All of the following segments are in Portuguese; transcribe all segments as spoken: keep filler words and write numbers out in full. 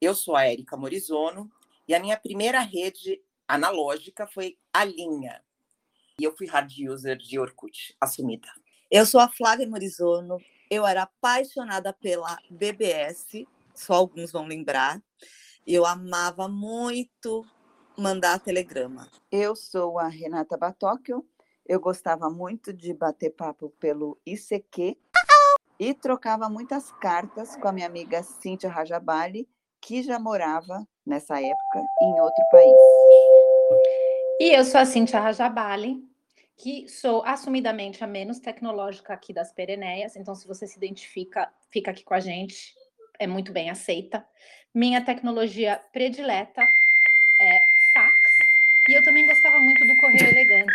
Eu sou a Érica Morizono e a minha primeira rede analógica foi a Linha. E eu fui hard user de Orkut, assumida. Eu sou a Flávia Morizono, eu era apaixonada pela B B S, só alguns vão lembrar. Eu amava muito mandar telegrama. Eu sou a Renata Batóquio, eu gostava muito de bater papo pelo I C Q e trocava muitas cartas com a minha amiga Cíntia Rajabali, que já morava, nessa época, em outro país. E eu sou a Cíntia Rajabali, que sou assumidamente a menos tecnológica aqui das Pereneias, então se você se identifica, fica aqui com a gente, é muito bem aceita. Minha tecnologia predileta é fax, e eu também gostava muito do correio elegante.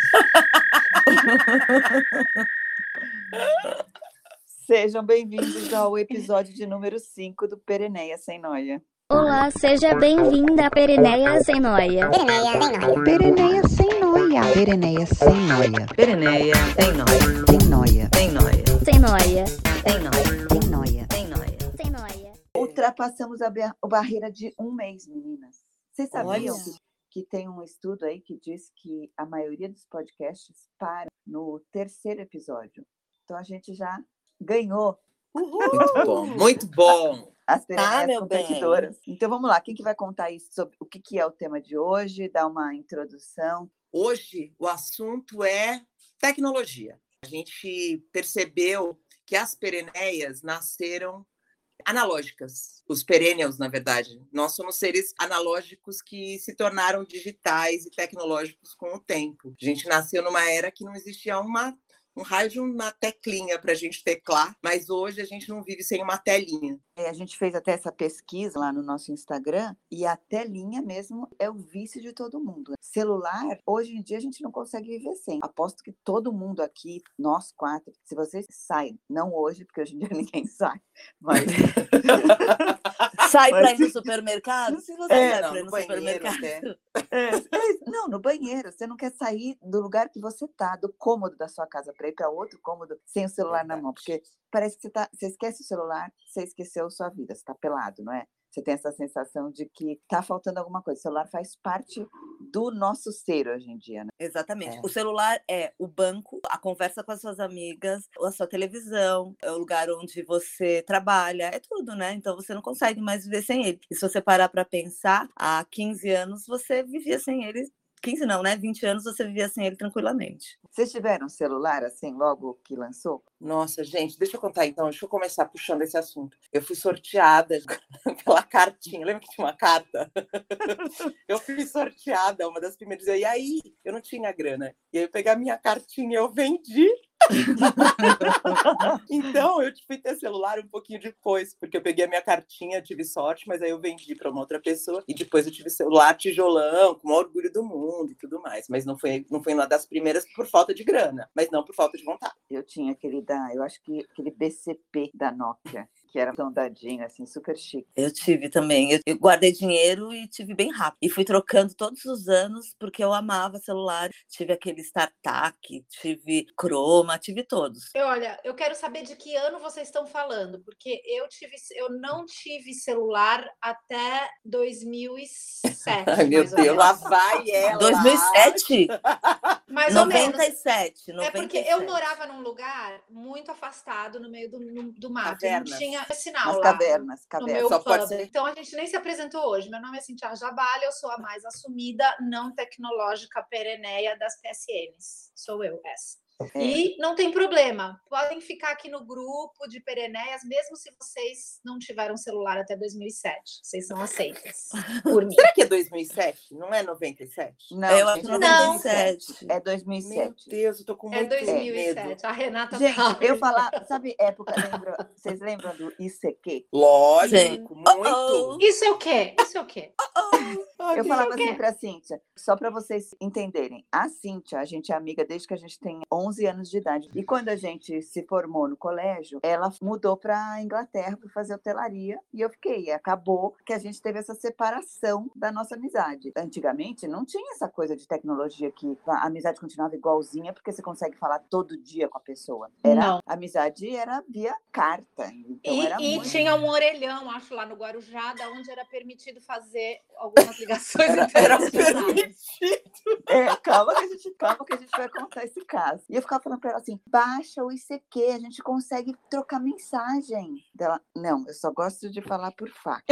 Sejam bem-vindos ao episódio de número cinco do Pereneia Sem Noia. Olá, seja bem-vinda a Pereneia Sem Noia. Pereneia Sem Noia. Pereneia Sem Noia. Pereneia sem noia. Sem Noia. Sem noia. Sem Noia. Sem noia. Sem Noia. Sem noia. Sem Noia. Ultrapassamos a, ba- a barreira de um mês, meninas. Vocês sabiam Olha. que, que tem um estudo aí que diz que a maioria dos podcasts para no terceiro episódio. Então a gente já ganhou Muito bom, muito bom. as Ah, Pereneias meu bem. competidoras. Então vamos lá, quem que vai contar isso sobre o que, que é o tema de hoje, dar uma introdução? Hoje o assunto é tecnologia. A gente percebeu que as pereneias nasceram analógicas. Os perennials, na verdade. Nós somos seres analógicos que se tornaram digitais e tecnológicos com o tempo. A gente nasceu numa era que não existia uma, um raio de uma teclinha para a gente teclar, mas hoje a gente não vive sem uma telinha. É, a gente fez até essa pesquisa lá no nosso Instagram e a telinha mesmo é o vício de todo mundo. Celular, hoje em dia a gente não consegue viver sem. Aposto que todo mundo aqui, nós quatro, se vocês saem, não hoje, porque hoje em dia ninguém sai, mas Sai Mas para ir se- no supermercado? Se você É, sai não, para ir no no banheiro supermercado. até. É, é, não, no banheiro, você não quer sair do lugar que você tá, do cômodo da sua casa para ir para outro cômodo sem o celular na mão, Verdade. porque parece que você, tá, você esquece o celular, você esqueceu sua vida, você está pelado, não é? Você tem essa sensação de que tá faltando alguma coisa. O celular faz parte do nosso ser hoje em dia, né? Exatamente. É. O celular é o banco, a conversa com as suas amigas, a sua televisão, é o lugar onde você trabalha, é tudo, né? Então você não consegue mais viver sem ele. E se você parar para pensar, há quinze anos você vivia sem ele. quinze não, né? vinte anos você vivia sem ele tranquilamente. Vocês tiveram celular assim logo que lançou? Nossa, gente, deixa eu contar então, deixa eu começar puxando esse assunto. Eu fui sorteada pela cartinha, lembra que tinha uma carta? Eu fui sorteada, uma das primeiras, e aí eu não tinha grana. E aí eu peguei a minha cartinha e eu vendi. Então eu fui ter celular um pouquinho depois, porque eu peguei a minha cartinha, tive sorte, mas aí eu vendi para uma outra pessoa e depois eu tive celular tijolão, com o maior orgulho do mundo e tudo mais, mas não foi, não foi uma das primeiras por falta de grana, mas não por falta de vontade. Eu tinha aquele da, eu acho que aquele B C P da Nokia, que era tão dadinho, assim, super chique. Eu tive também. Eu, eu guardei dinheiro e tive bem rápido. E fui trocando todos os anos, porque eu amava celular. Tive aquele StarTAC, tive Chroma, tive todos. Eu, olha, eu quero saber de que ano vocês estão falando, porque eu tive, eu não tive celular até dois mil e sete. Ai, meu mais ou Deus, menos. lá vai ela. dois mil e sete? Mais ou menos. noventa e sete. É porque eu morava num lugar muito afastado no meio do, no- do mato. E não Cavernas. tinha sinal Nas lá. cavernas, No cavernas. meu Só pode pub. ser. Então a gente nem se apresentou hoje. Meu nome é Cintia Jabali, eu sou a mais assumida não tecnológica pereneia das P S Ns. Sou eu, essa. É. E não tem problema, podem ficar aqui no grupo de pereneias, mesmo se vocês não tiveram celular até dois mil e sete. Vocês são aceitas por mim. Será que é dois mil e sete? Não é noventa e sete? Não, Eu acho gente, que é não. noventa e sete. É dois mil e Meu sete. Deus, eu tô com É muito dois mil e sete. medo. A Renata Gente, sabe. eu falar, sabe época, lembra, vocês lembram do I C Q? Lógico, Sim. muito. Oh, oh. Isso é o quê? Isso é o quê? Ai, Eu que falava sei o assim quê. para a Cíntia, só para vocês entenderem. A Cíntia, a gente é amiga desde que a gente tem onze anos de idade. E quando a gente se formou no colégio, ela mudou para a Inglaterra para fazer hotelaria e eu fiquei. E acabou que a gente teve essa separação da nossa amizade. Antigamente não tinha essa coisa de tecnologia que a amizade continuava igualzinha porque você consegue falar todo dia com a pessoa. Era, Não. a amizade era via carta. Então era E, e muito. tinha um orelhão, acho, lá no Guarujá, da onde era permitido fazer algumas ligações Era, era internacionais. permitido. É, calma que, a gente, calma que a gente vai contar esse caso. E eu ficava falando pra ela assim, baixa o I C Q, a gente consegue trocar mensagem. Dela, não, eu só gosto de falar por fax.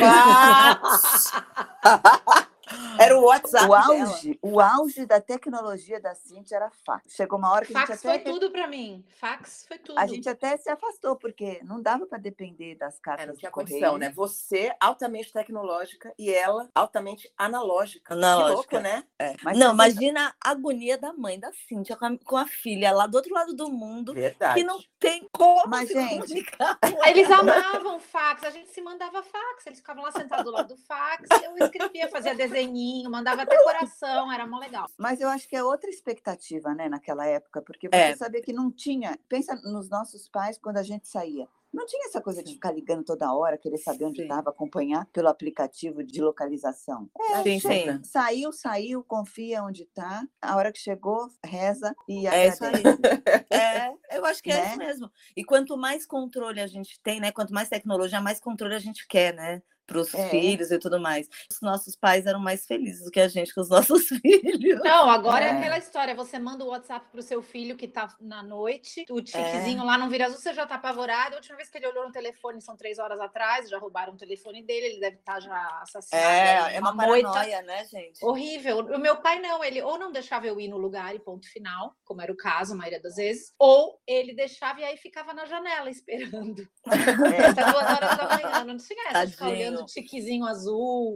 Fax! Era o WhatsApp O auge, dela. o auge da tecnologia da Cíntia era fax. Chegou uma hora que a gente Fax até... foi tudo para mim. Fax foi tudo. A gente até se afastou, porque não dava para depender das É, cartas não de tinha correio. condição, né? Você altamente tecnológica e ela altamente analógica. Analógica. Que louco, né? É. Mas Não, você- imagina a agonia da mãe da Cíntia com a, com a filha lá do outro lado do mundo, Verdade. que não tem como Mas, se gente, comunicar com Eles ela. amavam fax, a gente se mandava fax, eles ficavam lá sentados do lado do fax, eu escrevia, fazia desenhinho, mandava até coração, era mó legal. Mas eu acho que é outra expectativa, né, naquela época, porque você É. sabia que não tinha. Pensa nos nossos pais quando a gente saía. Não tinha essa coisa de ficar ligando toda hora, querer saber onde Sim. estava, acompanhar pelo aplicativo de localização. É, Sim, chega, sim. Saiu, saiu, confia onde está. A hora que chegou, reza e É isso aí. agradece. É, eu acho que é Né? isso mesmo. E quanto mais controle a gente tem, né? Quanto mais tecnologia, mais controle a gente quer, né? Para os É. filhos e tudo mais. Os nossos pais eram mais felizes do que a gente com os nossos filhos. Não, agora é, É. aquela história, você manda o WhatsApp pro seu filho que tá na noite, o tiquezinho lá não vira azul, você já tá apavorado. A última vez que ele olhou no telefone, são três horas atrás, já roubaram o telefone dele, ele deve estar já assassinado. aí, É, é uma moita. paranoia, né, gente? Horrível. O meu pai não, ele ou não deixava eu ir no lugar e ponto final, como era o caso a maioria das vezes, ou ele deixava e aí ficava na janela esperando. É. Até duas horas da manhã, não tinha essa de ficar Tadinho. olhando o tiquezinho azul.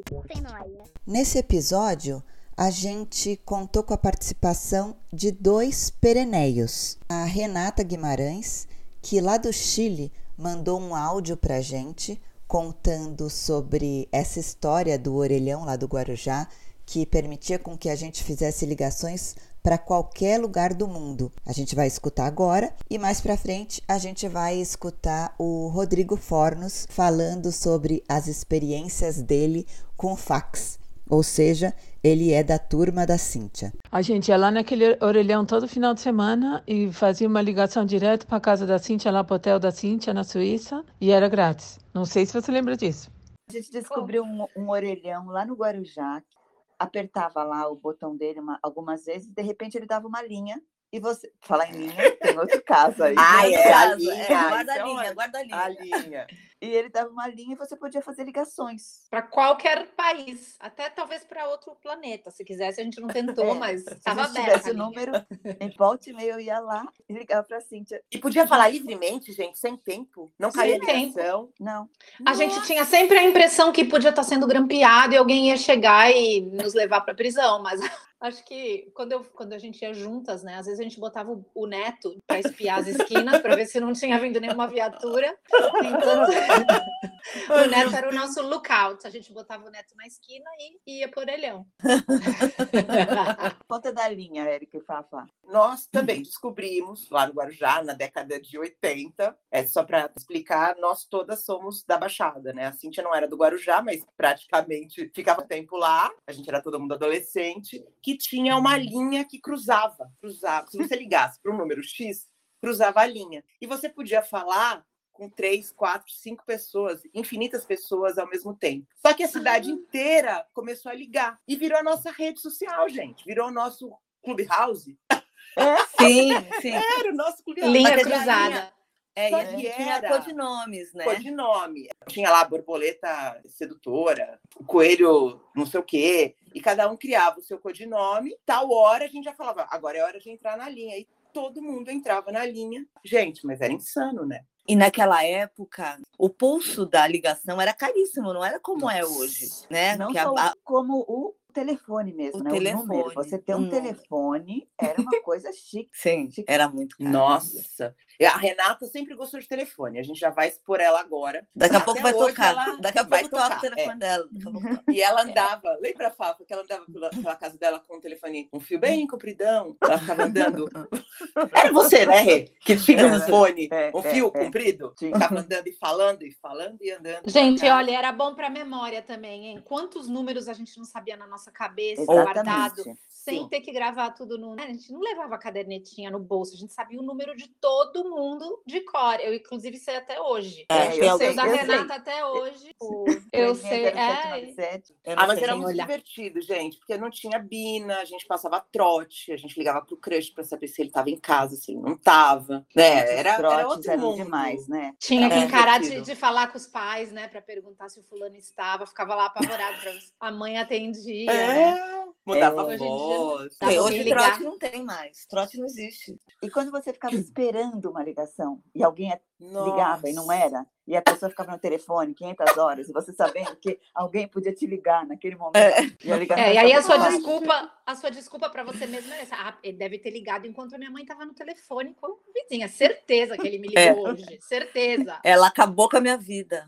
Nesse episódio, a gente contou com a participação de dois pereneios. A Renata Guimarães, que lá do Chile mandou um áudio pra gente contando sobre essa história do orelhão lá do Guarujá, que permitia com que a gente fizesse ligações para qualquer lugar do mundo. A gente vai escutar agora e mais para frente a gente vai escutar o Rodrigo Fornos falando sobre as experiências dele com fax. Ou seja, ele é da turma da Cíntia. A gente ia lá naquele orelhão todo final de semana e fazia uma ligação direto para a casa da Cíntia, lá para o hotel da Cíntia, na Suíça, e era grátis. Não sei se você lembra disso. A gente descobriu um, um orelhão lá no Guarujá, apertava lá o botão dele uma, algumas vezes, e de repente ele dava uma linha, e você... Falar em linha, tem outro caso aí. Ai, Outro é, a caso, linha, é, guarda a então, linha, guarda a linha. A linha. E ele dava uma linha e você podia fazer ligações. Para qualquer país, até talvez para outro planeta, se quisesse. A gente não tentou, É, mas Se estava a gente aberto. tivesse o número, em volta e meia eu ia lá e ligava para a Cíntia. E podia falar livremente, gente, sem tempo. Não Sem caía tempo. ligação. Não. A gente tinha sempre a impressão que podia estar sendo grampeado e alguém ia chegar e nos levar para prisão, mas acho que quando, eu, quando a gente ia juntas, né? Às vezes a gente botava o, o neto para espiar as esquinas, para ver se não tinha vindo nenhuma viatura. Então, o neto era o nosso lookout. A gente botava o neto na esquina e ia por orelhão. Conta da linha, Érica e Fafá. Nós também descobrimos, lá no Guarujá, na década de oitenta, é só para explicar, nós todas somos da Baixada, né? A Cíntia não era do Guarujá, mas praticamente ficava tempo lá, a gente era todo mundo adolescente, que tinha uma linha que cruzava, cruzava. Se você ligasse para o número X, cruzava a linha. E você podia falar com três, quatro, cinco pessoas, infinitas pessoas ao mesmo tempo. Só que a cidade inteira começou a ligar. E virou a nossa rede social, gente. Virou o nosso Clubhouse. Sim, sim. Era o nosso Clubhouse. Linha Mas a gente cruzada. tinha- É, e Só a que gente tinha era- codinomes, né? Codinome. Tinha lá a borboleta sedutora, o coelho não sei o quê. E cada um criava o seu codinome. Tal hora a gente já falava, agora é hora de entrar na linha. E todo mundo entrava na linha. Gente, mas era insano, né? E naquela época, o pulso da ligação era caríssimo, não era como é hoje, né? Não Que a- só a- como o telefone mesmo, O né? telefone, O número. Você ter o um número. telefone era uma coisa chique. Sim, chique. era muito caro. Nossa! E a Renata sempre gostou de telefone, a gente já vai expor ela agora. Daqui a Até pouco vai hoje tocar. ela Daqui a vai pouco toca tocar, o telefone é. dela. Daqui a pouco toca. E ela andava, lembra, Fábio, que ela andava pela, pela casa dela com um telefone, um fio bem compridão, ela ficava andando. Era você, né, Rê? Que tinha um fone, É, um é, fio é. comprido, Sim. ficava andando e falando, e falando e andando. Gente, pela casa. olha, era bom para memória também, hein? Quantos números a gente não sabia na nossa cabeça, Exatamente. guardado, sem Sim. ter que gravar tudo no. A gente não levava cadernetinha no bolso, a gente sabia o número de todo mundo de cor. Eu, inclusive, sei até hoje. É, eu tem sei alguém- o da eu Renata sei. até hoje. Eu sei. É, Eu não Ah, mas sei era nem muito olhar. divertido, gente, porque não tinha Bina, a gente passava trote, a gente ligava pro crush pra saber se ele tava em casa, se ele não tava, né? Esses Era, era trotes outro eram mundo. demais, né? tinha que É. encarar de, Divertido. de falar com os pais, né? Para perguntar se o fulano estava. Ficava lá apavorado. Pra... A mãe atendia, né? É, mudava É. a Hoje em dia, voz. dá pra Hoje ligar. trote não tem mais. Trote não existe. E quando você ficava esperando uma ligação e alguém ligava e não Nossa. era, e a pessoa ficava no telefone quinhentas horas, e você sabendo que alguém podia te ligar naquele momento. É. E a ligação É, e aí a estava sua baixa. desculpa, a sua desculpa para você mesmo é essa. Ah, ele deve ter ligado enquanto a minha mãe estava no telefone com a vizinha. Certeza que ele me ligou É. hoje. Certeza. Ela acabou com a minha vida.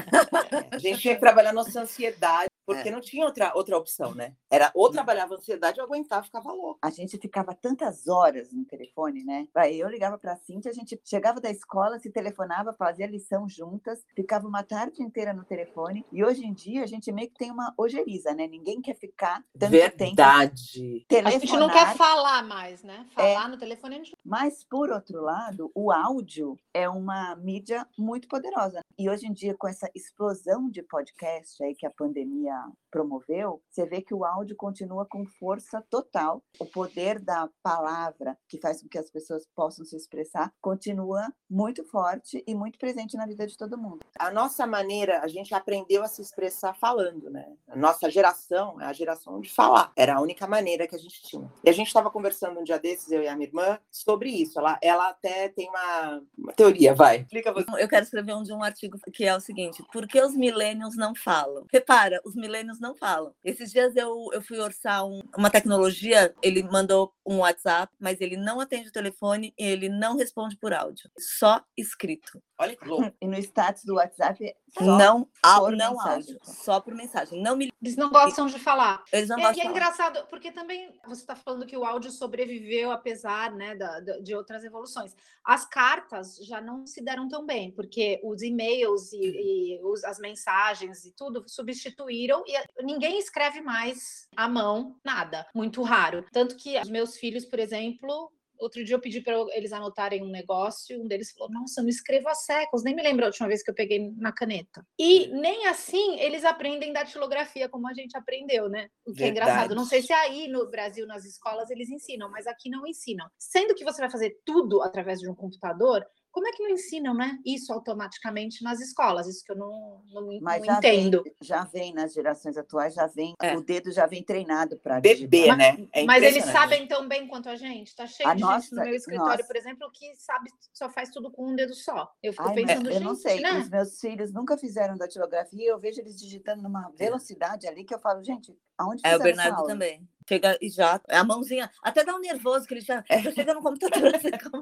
É, a gente tinha que trabalhar nossa ansiedade, porque É. não tinha outra, outra opção, né? Era ou trabalhava a ansiedade ou aguentava, ficava louco. A gente ficava tantas horas no telefone, né? Vai, eu ligava para a Cíntia, a gente chegava da escola, se telefonava, fazia lição juntas, ficava uma tarde inteira no telefone. E hoje em dia a gente meio que tem uma ojeriza, né? Ninguém quer ficar tanto tempo Verdade. A telefonar. gente não quer falar mais, né? Falar no telefone a gente Mas, por outro lado, o áudio é uma mídia muito poderosa. E hoje em dia, com essa explosão de podcast aí que a pandemia promoveu, você vê que o áudio continua com força total. O poder da palavra, que faz com que as pessoas possam se expressar, continua muito forte e muito presente na vida de todo mundo. A nossa maneira, a gente aprendeu a se expressar falando, né? A nossa geração é a geração de falar. Era a única maneira que a gente tinha. E a gente estava conversando um dia desses, eu e a minha irmã, sobre isso. Ela, ela até tem uma, uma teoria, vai. Explica você. Eu quero escrever um de um artigo que é o seguinte: por que os millennials não falam? Repara, os millennials não falam. Esses dias eu, eu fui orçar um, uma tecnologia, ele mandou um WhatsApp, mas ele não atende o telefone e ele não responde por áudio. Só escrito. Olha que louco. E no status do WhatsApp, só Não, á- por não mensagem. áudio, só por mensagem. Não me Eles não gostam de falar. Eles não E, gostam e é de falar. engraçado, porque também você está falando que o áudio sobreviveu apesar, né, da, da- de outras evoluções. As cartas já não se deram tão bem, porque os e-mails e, e os- as mensagens e tudo substituíram e ninguém escreve mais à mão nada, muito raro. Tanto que os meus filhos, por exemplo, outro dia eu pedi para eles anotarem um negócio, um deles falou, nossa, eu não escrevo há séculos, nem me lembro a última vez que eu peguei na caneta. E nem assim eles aprendem datilografia como a gente aprendeu, né? O que é Verdade. engraçado. Não sei se aí no Brasil, nas escolas, eles ensinam, mas aqui não ensinam. Sendo que você vai fazer tudo através de um computador, como é que não ensinam, né? Isso automaticamente nas escolas? Isso que eu não, não, Mas não já entendo. vem, já vem nas gerações atuais, já vem, É. o dedo já vem treinado para Bebê, Mas- né? É Mas eles impressionante. sabem tão bem quanto a gente. Tá cheio A de nossa- gente no meu escritório, nossa. por exemplo, que sabe, só faz tudo com um dedo só. Eu fico Ai, mas pensando, eu gente, não sei, né? os meus filhos nunca fizeram datilografia e eu vejo eles digitando numa velocidade ali que eu falo, gente, aonde É, o fizeram essa Bernardo aula? também. Chega e já, a mãozinha, até dá um nervoso, que ele já, já chega no computador. Assim, como...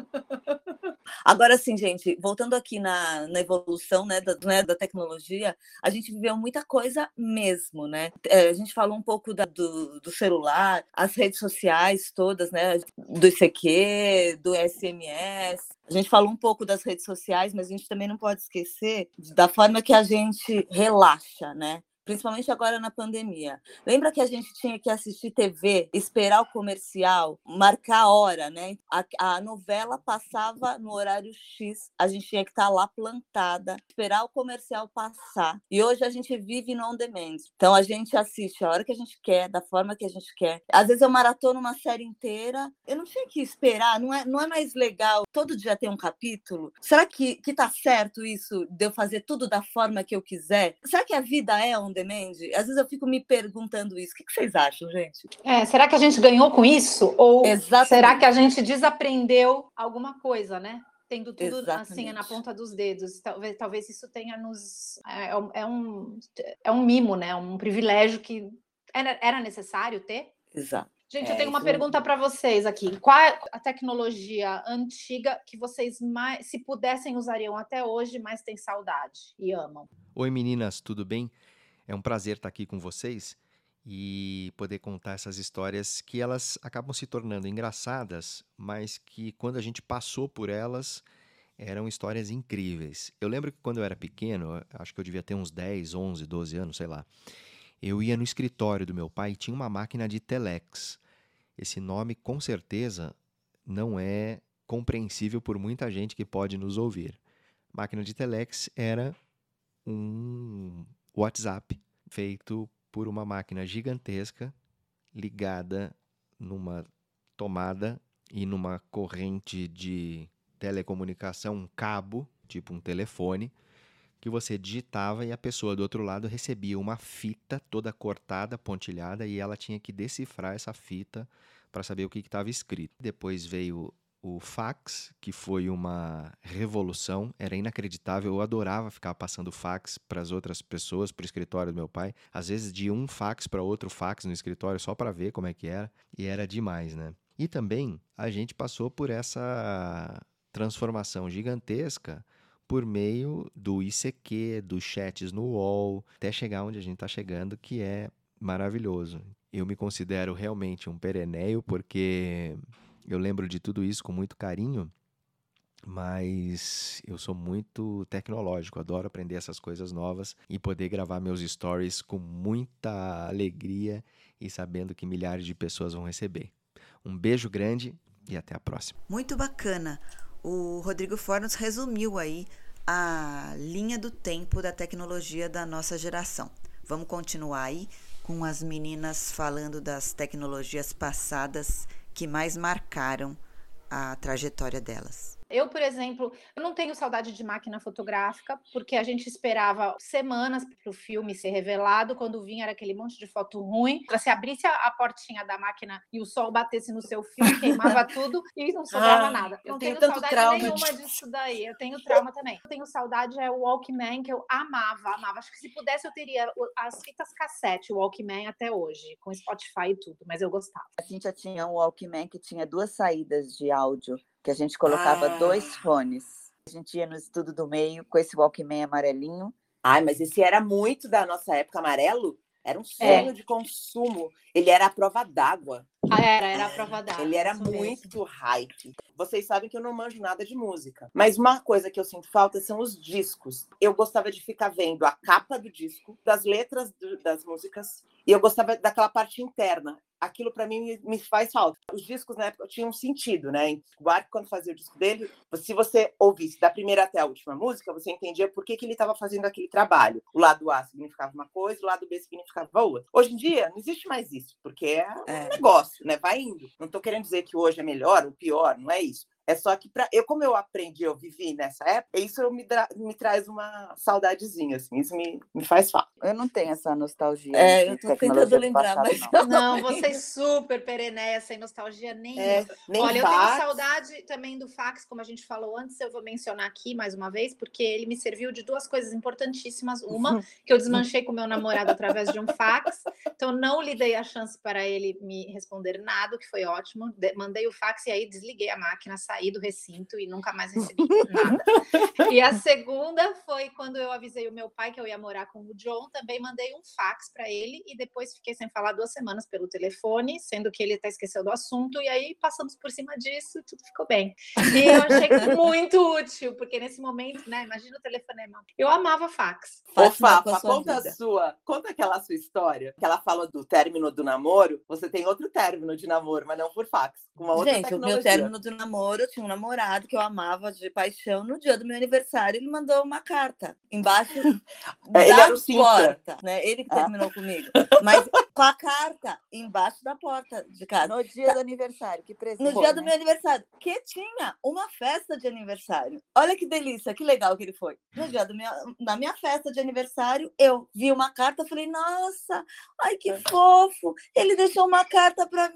Agora sim, gente, voltando aqui na, na evolução, né, da, né, da tecnologia, a gente viveu muita coisa mesmo, né? É, a gente falou um pouco da, do, do celular, as redes sociais todas, né? Do I C Q, do S M S. A gente falou um pouco das redes sociais, mas a gente também não pode esquecer da forma que a gente relaxa, né? Principalmente agora na pandemia. Lembra que a gente tinha que assistir T V, esperar o comercial, marcar a hora, né? A, a novela passava no horário X, a gente tinha que estar lá plantada, esperar o comercial passar. E hoje a gente vive no on demand. Então a gente assiste a hora que a gente quer, da forma que a gente quer. Às vezes eu maratono uma série inteira, eu não tinha que esperar, não é, não é mais legal todo dia ter um capítulo? Será que, que tá certo isso de eu fazer tudo da forma que eu quiser? Será que a vida é on demand? Às vezes eu fico me perguntando isso. O que vocês acham, gente? É, será que a gente ganhou com isso? Ou Exatamente. será que a gente desaprendeu alguma coisa, né? Tendo tudo Exatamente. assim na ponta dos dedos. Talvez, talvez isso tenha nos... É, é, um, é um mimo, né? Um privilégio que era, era necessário ter. Exato. Gente, É, eu tenho uma isso- pergunta para vocês aqui. Qual é a tecnologia antiga que vocês mais, se pudessem, usariam até hoje, mas têm saudade e amam? Oi meninas, tudo bem? É um prazer estar aqui com vocês e poder contar essas histórias que elas acabam se tornando engraçadas, mas que quando a gente passou por elas eram histórias incríveis. Eu lembro que quando eu era pequeno, acho que eu devia ter uns dez, onze, doze anos, sei lá, eu ia no escritório do meu pai e tinha uma máquina de telex. Esse nome com certeza não é compreensível por muita gente que pode nos ouvir. Máquina de telex era um WhatsApp feito por uma máquina gigantesca ligada numa tomada e numa corrente de telecomunicação, um cabo, tipo um telefone, que você digitava e a pessoa do outro lado recebia uma fita toda cortada, pontilhada, e ela tinha que decifrar essa fita para saber o que estava escrito. Depois veio o fax, que foi uma revolução, era inacreditável, eu adorava ficar passando fax para as outras pessoas, para o escritório do meu pai, às vezes de um fax para outro fax no escritório, só para ver como é que era, e era demais, né? E também a gente passou por essa transformação gigantesca por meio do I C Q, dos chats no U O L, até chegar onde a gente está chegando, que é maravilhoso. Eu me considero realmente um perenéio, porque eu lembro de tudo isso com muito carinho, mas eu sou muito tecnológico, adoro aprender essas coisas novas e poder gravar meus stories com muita alegria e sabendo que milhares de pessoas vão receber. Um beijo grande e até a próxima. Muito bacana. O Rodrigo Fornos resumiu aí a linha do tempo da tecnologia da nossa geração. Vamos continuar aí com as meninas falando das tecnologias passadas que mais marcaram a trajetória delas. Eu, por exemplo, eu não tenho saudade de máquina fotográfica, porque a gente esperava semanas para o filme ser revelado. Quando vinha, era aquele monte de foto ruim. Se abrisse a portinha da máquina e o sol batesse no seu filme, queimava tudo e não sobrava Ah, nada. eu Não tenho tenho, tanto saudade trauma nenhuma disso. disso daí. Eu tenho trauma também. Eu tenho saudade é o Walkman, que eu amava, amava. Acho que se pudesse, eu teria as fitas cassete, o Walkman até hoje, com Spotify e tudo, mas eu gostava. A gente já tinha um Walkman que tinha duas saídas de áudio, que a gente colocava Ah. dois fones. A gente ia no estudo do meio com esse Walkman amarelinho. Ai, mas esse era muito da nossa época, amarelo. Era um É. sonho de consumo. Ele era a prova d'água. Ah, era, era a prova d'água. Ele era isso mesmo. muito hype. Vocês sabem que eu não manjo nada de música. Mas uma coisa que eu sinto falta são os discos. Eu gostava de ficar vendo a capa do disco, das letras do- das músicas, e eu gostava daquela parte interna. Aquilo, para mim, me, me faz falta. Os discos, na época, tinham um sentido, né? O Buarque, quando fazia o disco dele, se você ouvisse da primeira até a última música, você entendia por que, que ele estava fazendo aquele trabalho. O lado A significava uma coisa, o lado B significava outra. Hoje em dia, não existe mais isso, porque é um É. negócio, né? Vai indo. Não estou querendo dizer que hoje é melhor ou pior, não é isso. É só que, pra, eu, como eu aprendi, eu vivi nessa época, isso me, dra- me traz uma saudadezinha, assim, isso me, me faz falta. Eu não tenho essa nostalgia. É, de eu tô tecnologia tentando do lembrar, passado, mas não. Não, você super perenéia, sem nostalgia nenhuma. É, nem Olha, eu tenho fax. saudade também do fax, como a gente falou antes, eu vou mencionar aqui mais uma vez, porque ele me serviu de duas coisas importantíssimas. Uma, que eu desmanchei com meu namorado através de um fax, então não lhe dei a chance para ele me responder nada, o que foi ótimo. De- mandei o fax e aí desliguei a máquina, saí do recinto e nunca mais recebi nada. E a segunda foi quando eu avisei o meu pai que eu ia morar com o John, também mandei um fax para ele e depois fiquei sem falar duas semanas pelo telefone, sendo que ele até esqueceu do assunto, e aí passamos por cima disso e tudo ficou bem. E eu achei muito útil, porque nesse momento, né, imagina o telefonema. Eu amava fax. Ô, Fax marcou a Fafa, sua conta a vida. sua, conta aquela sua história, que ela falou do término do namoro, você tem outro término de namoro, mas não por fax, com uma outra Gente, o tecnologia. meu término do namoro, eu tinha um namorado que eu amava de paixão. No dia do meu aniversário, ele mandou uma carta embaixo É, ele da era o Sintra. porta, né? Ele que terminou comigo. Mas com a carta embaixo da porta de casa. No dia do aniversário, que presente. No dia do né? meu aniversário, que tinha uma festa de aniversário. Olha que delícia, que legal que ele foi. No dia do meu, na minha festa de aniversário, eu vi uma carta, falei, nossa, ai que fofo, ele deixou uma carta para mim.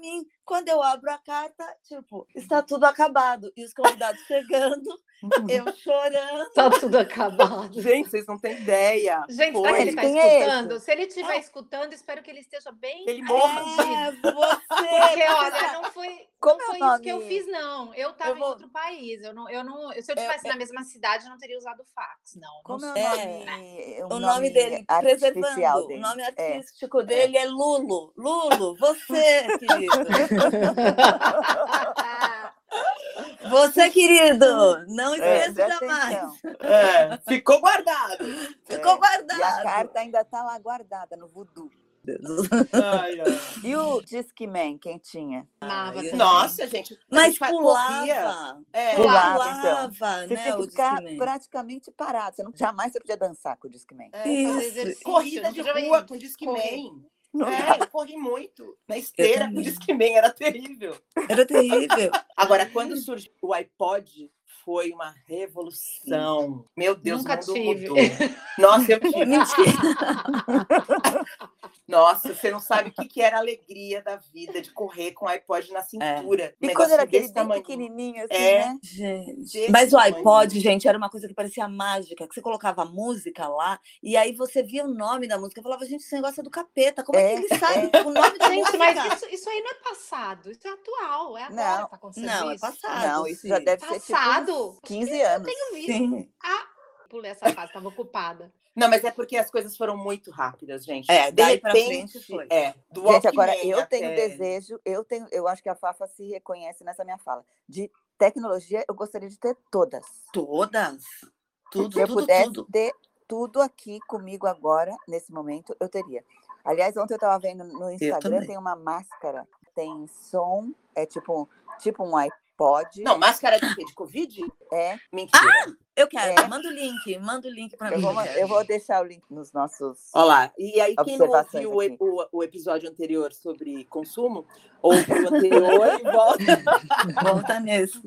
Quando eu abro a carta, tipo, está tudo acabado. E os convidados chegando, eu chorando. Tá tudo acabado. Gente, vocês não têm ideia. Gente, Foi. será que ele está Quem é escutando? esse? Se ele estiver É. escutando, espero que ele esteja bem Ele morra. É, você. Porque, olha, não foi, Como não é o foi isso que eu nome? fiz, não. Eu estava Eu vou- em outro país. Eu não, eu não, se eu É, estivesse é. na mesma cidade, eu não teria usado fax, não. Como não é o sou. nome? O nome dele, artificial preservando. dele. O nome É. artístico dele é Lulo. Lulo, você, querido. Você, querido. Não É, esqueça presta jamais. atenção. É, ficou guardado. Ficou É. guardado. E a carta ainda tá lá guardada no voodoo. Ai, ai. E o Discman, quem tinha? Amava Ai, também. Nossa, gente. a Mas gente fa- corria. pulava. É, Pulava, Pulava, Você né, tinha o que ficar Discman. praticamente parado. Você não, jamais você podia dançar com o Discman. é, Fazer Isso. exercício, corrida não de podia rua nem com Disque correr. Man. Não É, dá. eu corri muito. Na esteira com também. Disque Man, era terrível. Era terrível. Agora, quando surgiu o iPod, foi uma revolução. Meu Deus, Nunca o mundo tive. mudou. Nossa, eu tive. Mentira. Nossa, você não sabe o que, que era a alegria da vida de correr com o iPod na cintura. Um E quando negocinho era aquele desse bem tamanho. pequenininho, assim, É. né? Gente. Desse Mas o tamanho. iPod, gente, era uma coisa que parecia mágica, que você colocava a música lá e aí você via o nome da música. Eu falava, gente, esse negócio é do capeta. Como é, É, que ele sabe o nome da Gente, música? mas isso, isso aí não é passado, isso é atual, é agora Não, que tá acontecendo não, é isso. passado. Não, isso já sim. deve ser tipo Passado? uns quinze anos. Tenho visto. Sim. Ah, pulei essa fase, estava ocupada. Não, mas é porque as coisas foram muito rápidas, gente. É, De daí pra repente, frente foi. É, do Gente, agora Walkman eu tenho até- desejo, eu tenho, eu acho que a Fafa se reconhece nessa minha fala. De tecnologia, eu gostaria de ter todas. Todas. Tudo, Se eu tudo, pudesse tudo. ter tudo aqui comigo agora, nesse momento, eu teria. Aliás, ontem eu estava vendo no Instagram, também. tem uma máscara, tem som, é tipo, tipo um iPod. Não, máscara de quê? De Covid? É. Mentira. Eu quero. É. Manda o link. Manda o link pra Eu mim. vou, ma- eu vou deixar o link nos nossos. Olha lá. E aí, quem não Observações ouviu o, aqui. o, o episódio anterior sobre consumo, ouve o anterior e volta. Volta nesse.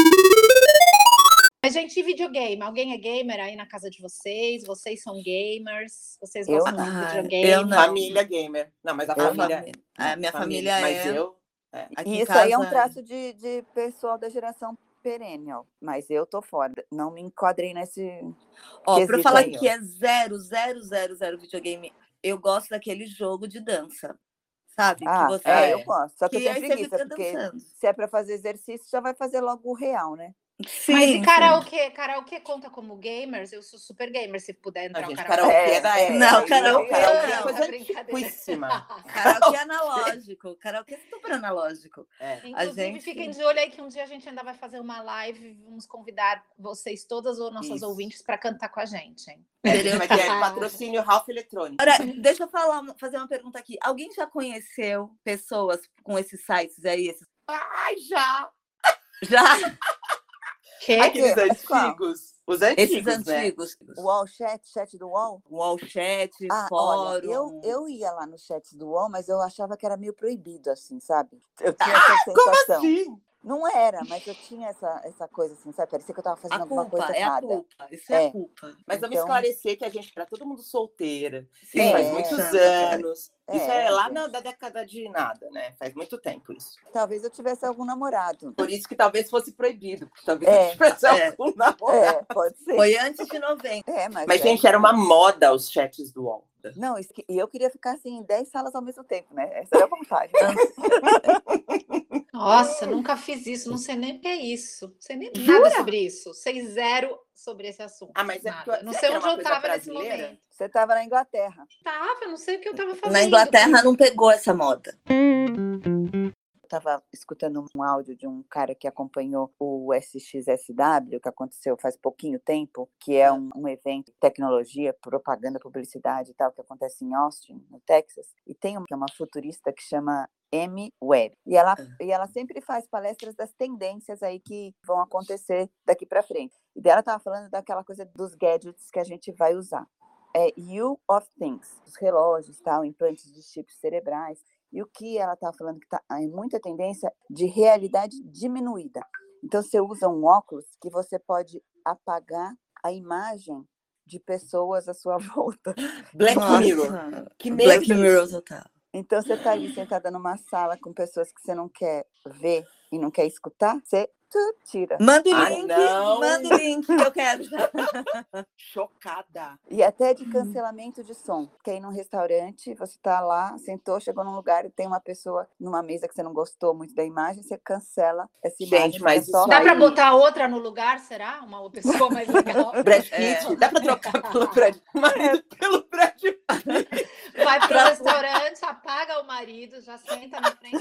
Mas, gente, e videogame? Alguém é gamer aí na casa de vocês? Vocês são gamers? Vocês Eu gostam não. de Ah, videogame? eu não. Família gamer. Não, mas a Eu família... A minha família, Mas é. eu... Aqui E em isso aí é um casa, traço de, de pessoal da geração perennial. Mas eu tô fora. Não me enquadrei nesse. Ó, pra quesito falar aí, que ó. é zero, zero, zero, zero videogame, eu gosto daquele jogo de dança. Sabe? Ah, que você. é, É. eu gosto. Só que, Que eu aí tenho você preguiça, fica porque dançando. se é para fazer exercício, já vai fazer logo o real, né? Sim, Mas e sim. karaokê? Karaokê conta como gamers? Eu sou super gamer, se puder Não, entrar no gente, karaokê. karaokê É, é da é, época. não, aí, karaokê karaokê não, é coisa é brincadeira. antiquíssima. Karaokê é analógico. Karaokê é super analógico. É. Inclusive, gente- fiquem de olho aí que um dia a gente ainda vai fazer uma live. Vamos convidar vocês, todas as nossas Isso. ouvintes, para cantar com a gente, hein? É, mas é patrocínio Ralph Eletrônico. Agora, deixa eu falar, fazer uma pergunta aqui. Alguém já conheceu pessoas com esses sites aí? Esses... Ai, já! Já? Que? Aqueles Mas qual? antigos. Os antigos, Esses né? antigos. O Wall Chat, chat do Wall? Wall chat, Ah, fórum. olha, eu, eu ia lá no chat do Wall, mas eu achava que era meio proibido, assim, sabe? Eu tinha essa Como sensação. assim? Não era, mas eu tinha essa, essa coisa, assim, sabe? Parecia que eu tava fazendo A alguma culpa, coisa é a errada. culpa. Isso é, É. a culpa. Mas vamos Então- esclarecer que a gente era todo mundo solteira. Sim, Isso faz é. muitos É. anos. É, Isso é lá gente. na da década de nada, né? Faz muito tempo isso. Talvez eu tivesse algum namorado. Por isso que talvez fosse proibido. Porque talvez É, eu tivesse é. algum namorado. É, pode ser. Foi antes de noventa. É, mas, Mas, é. gente, era uma moda os chats do UOL. Não, isso que- e eu queria ficar assim em dez salas ao mesmo tempo, né? Essa era a vontade. Nossa, nunca fiz isso, não sei nem o que é isso. Não sei nem nada sobre isso. Sei zero sobre esse assunto. Ah, mas é nada. porque- Não será sei que era onde uma eu coisa estava nesse brasileira? momento. Você estava na Inglaterra. Tava, eu não sei o que eu estava fazendo. Na Inglaterra não pegou essa moda. Eu estava escutando um áudio de um cara que acompanhou o S X S W, que aconteceu faz pouquinho tempo, que é um, um evento de tecnologia, propaganda, publicidade e tal, que acontece em Austin, no Texas. E tem uma, uma futurista que chama Amy Webb. E ela, e ela sempre faz palestras das tendências aí que vão acontecer daqui para frente. E dela estava falando daquela coisa dos gadgets que a gente vai usar. É You of Things, os relógios, tal, implantes de chips cerebrais. E o que ela está falando que está em muita tendência de realidade diminuída. Então, você usa um óculos que você pode apagar a imagem de pessoas à sua volta. Black Nossa, Mirror. Que medo Black disso. Mirror total. Então, você tá ali sentada numa sala com pessoas que você não quer ver e não quer escutar, você tu, tira. Manda o Ah, link, não. manda o link que eu quero. Chocada. E até de cancelamento de som. Quer ir num restaurante, você tá lá, sentou, chegou num lugar e tem uma pessoa numa mesa que você não gostou muito da imagem, você cancela essa Gente, imagem. mas fica só... isso Dá para aí- botar outra no lugar, será? Uma pessoa mais legal. Brad Pitt, dá pra trocar pelo Brad marido pelo Brad Pitt. Vai pro restaurante, apaga o marido, já senta na frente.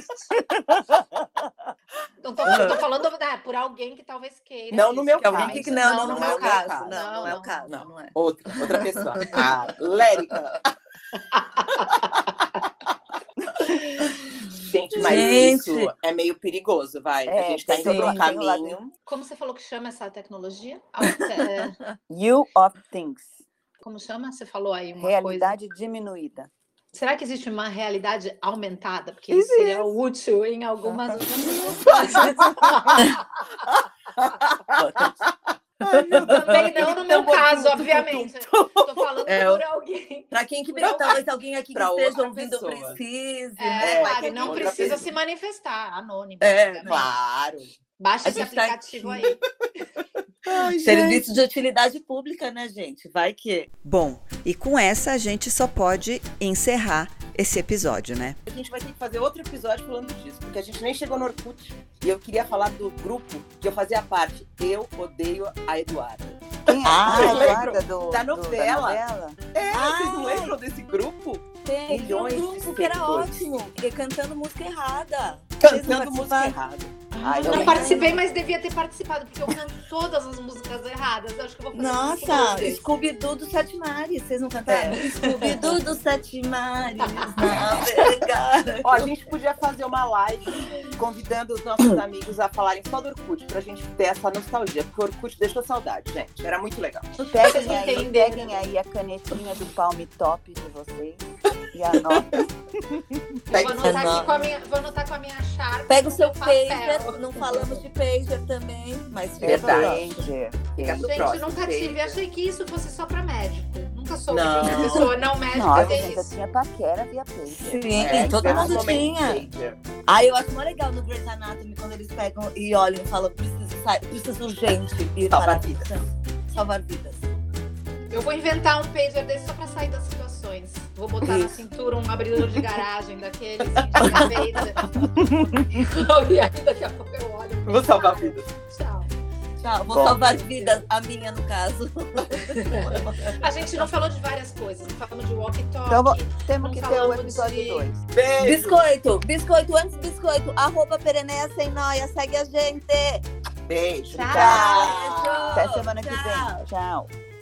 Não tô, eu tô falando né, por alguém que talvez queira. Não no isso, meu que Alguém caso. que não, não, Não, no não é meu o meu caso. caso. Não, não, Não, é o não, caso. não. Não é. Outra, outra pessoa. A Lérica. Gente, mas Gente. isso é meio perigoso, vai. É, a gente tá tem indo todo por um lado, tem um lado- caminho. Como você falou que chama essa tecnologia? É, You of Things. como chama? Você falou aí uma Realidade diminuída. coisa. Será que existe uma realidade aumentada? Porque isso seria útil em algumas situações. Também não no meu caso, obviamente. Estou falando É, por alguém. Pra quem que talvez alguém aqui que Pra esteja outra ouvindo pessoa. precise, É, né? claro, que e não outra precisa pessoa. se manifestar, anônimo. É, obviamente. Claro. Baixa A esse gente tá aplicativo aqui. aí. Ai, Serviço de utilidade pública, né, gente? Vai que. Bom, e com essa a gente só pode encerrar esse episódio, né? A gente vai ter que fazer outro episódio falando disso, porque a gente nem chegou no Orkut. E eu queria falar do grupo que eu fazia parte. Eu odeio a Eduarda. Quem é? Ah, Ah, eu Eduarda lembro. do, Da do- novela. novela? É, vocês não Ai. lembram desse grupo? Tem Milhões um de grupo que era seguidores. ótimo, e cantando música errada. Cantando música participaram? errada. Ai, Eu eu não lembro. participei, mas devia ter participado, porque eu canto todas as músicas erradas. Eu acho que eu vou fazer isso com Nossa, vocês. Scooby-Doo dos Sete Mares, vocês não cantaram? É. Scooby-Doo dos Sete Mares, navegar. Ó, a gente podia fazer uma live convidando os nossos amigos a falarem só do Orkut, pra gente ter essa nostalgia, porque o Orkut deixou saudade, gente. Era muito legal. Peguem aí, entenderam. peguem aí a canetinha do Palm Top de vocês e anotem. Pega Vou o seu anotar, nome. aqui com a minha, vou anotar com a minha chave. Pega o seu papel. pager, não falamos de pager também, mas fica Verdade. pra Gente, Fica pro Gente, próximo. nunca tive. beijo. Achei que isso fosse só pra médico. Nunca soube Não. que uma pessoa não médica nossa, tem gente, eu isso. tinha paquera via Pager. Sim, É, todo tivemos mundo um momento tinha. pager. Ah, eu acho mais legal no Grey's Anatomy quando eles pegam e olham e falam, preciso, sa- preciso urgente ir Salvar para vidas. salvar vidas. Eu vou inventar um pager desse só pra sair das situações. Vou botar na Isso. cintura um abridor de garagem daqueles, assim, de gaveta. E aí daqui a pouco eu olho. Vou salvar vidas. Tchau. Tchau, vou Bom. salvar vidas, a minha no caso. A gente não falou de várias coisas. Não falamos de walkie-talkie. Então vou- temos Não que ter o falamos episódio de- dois. Beijo. Biscoito, biscoito, antes biscoito, arroba Pereneia Sem Noia, segue a gente. Beijo. Tchau. Tchau. Até semana que Tchau. vem. Tchau.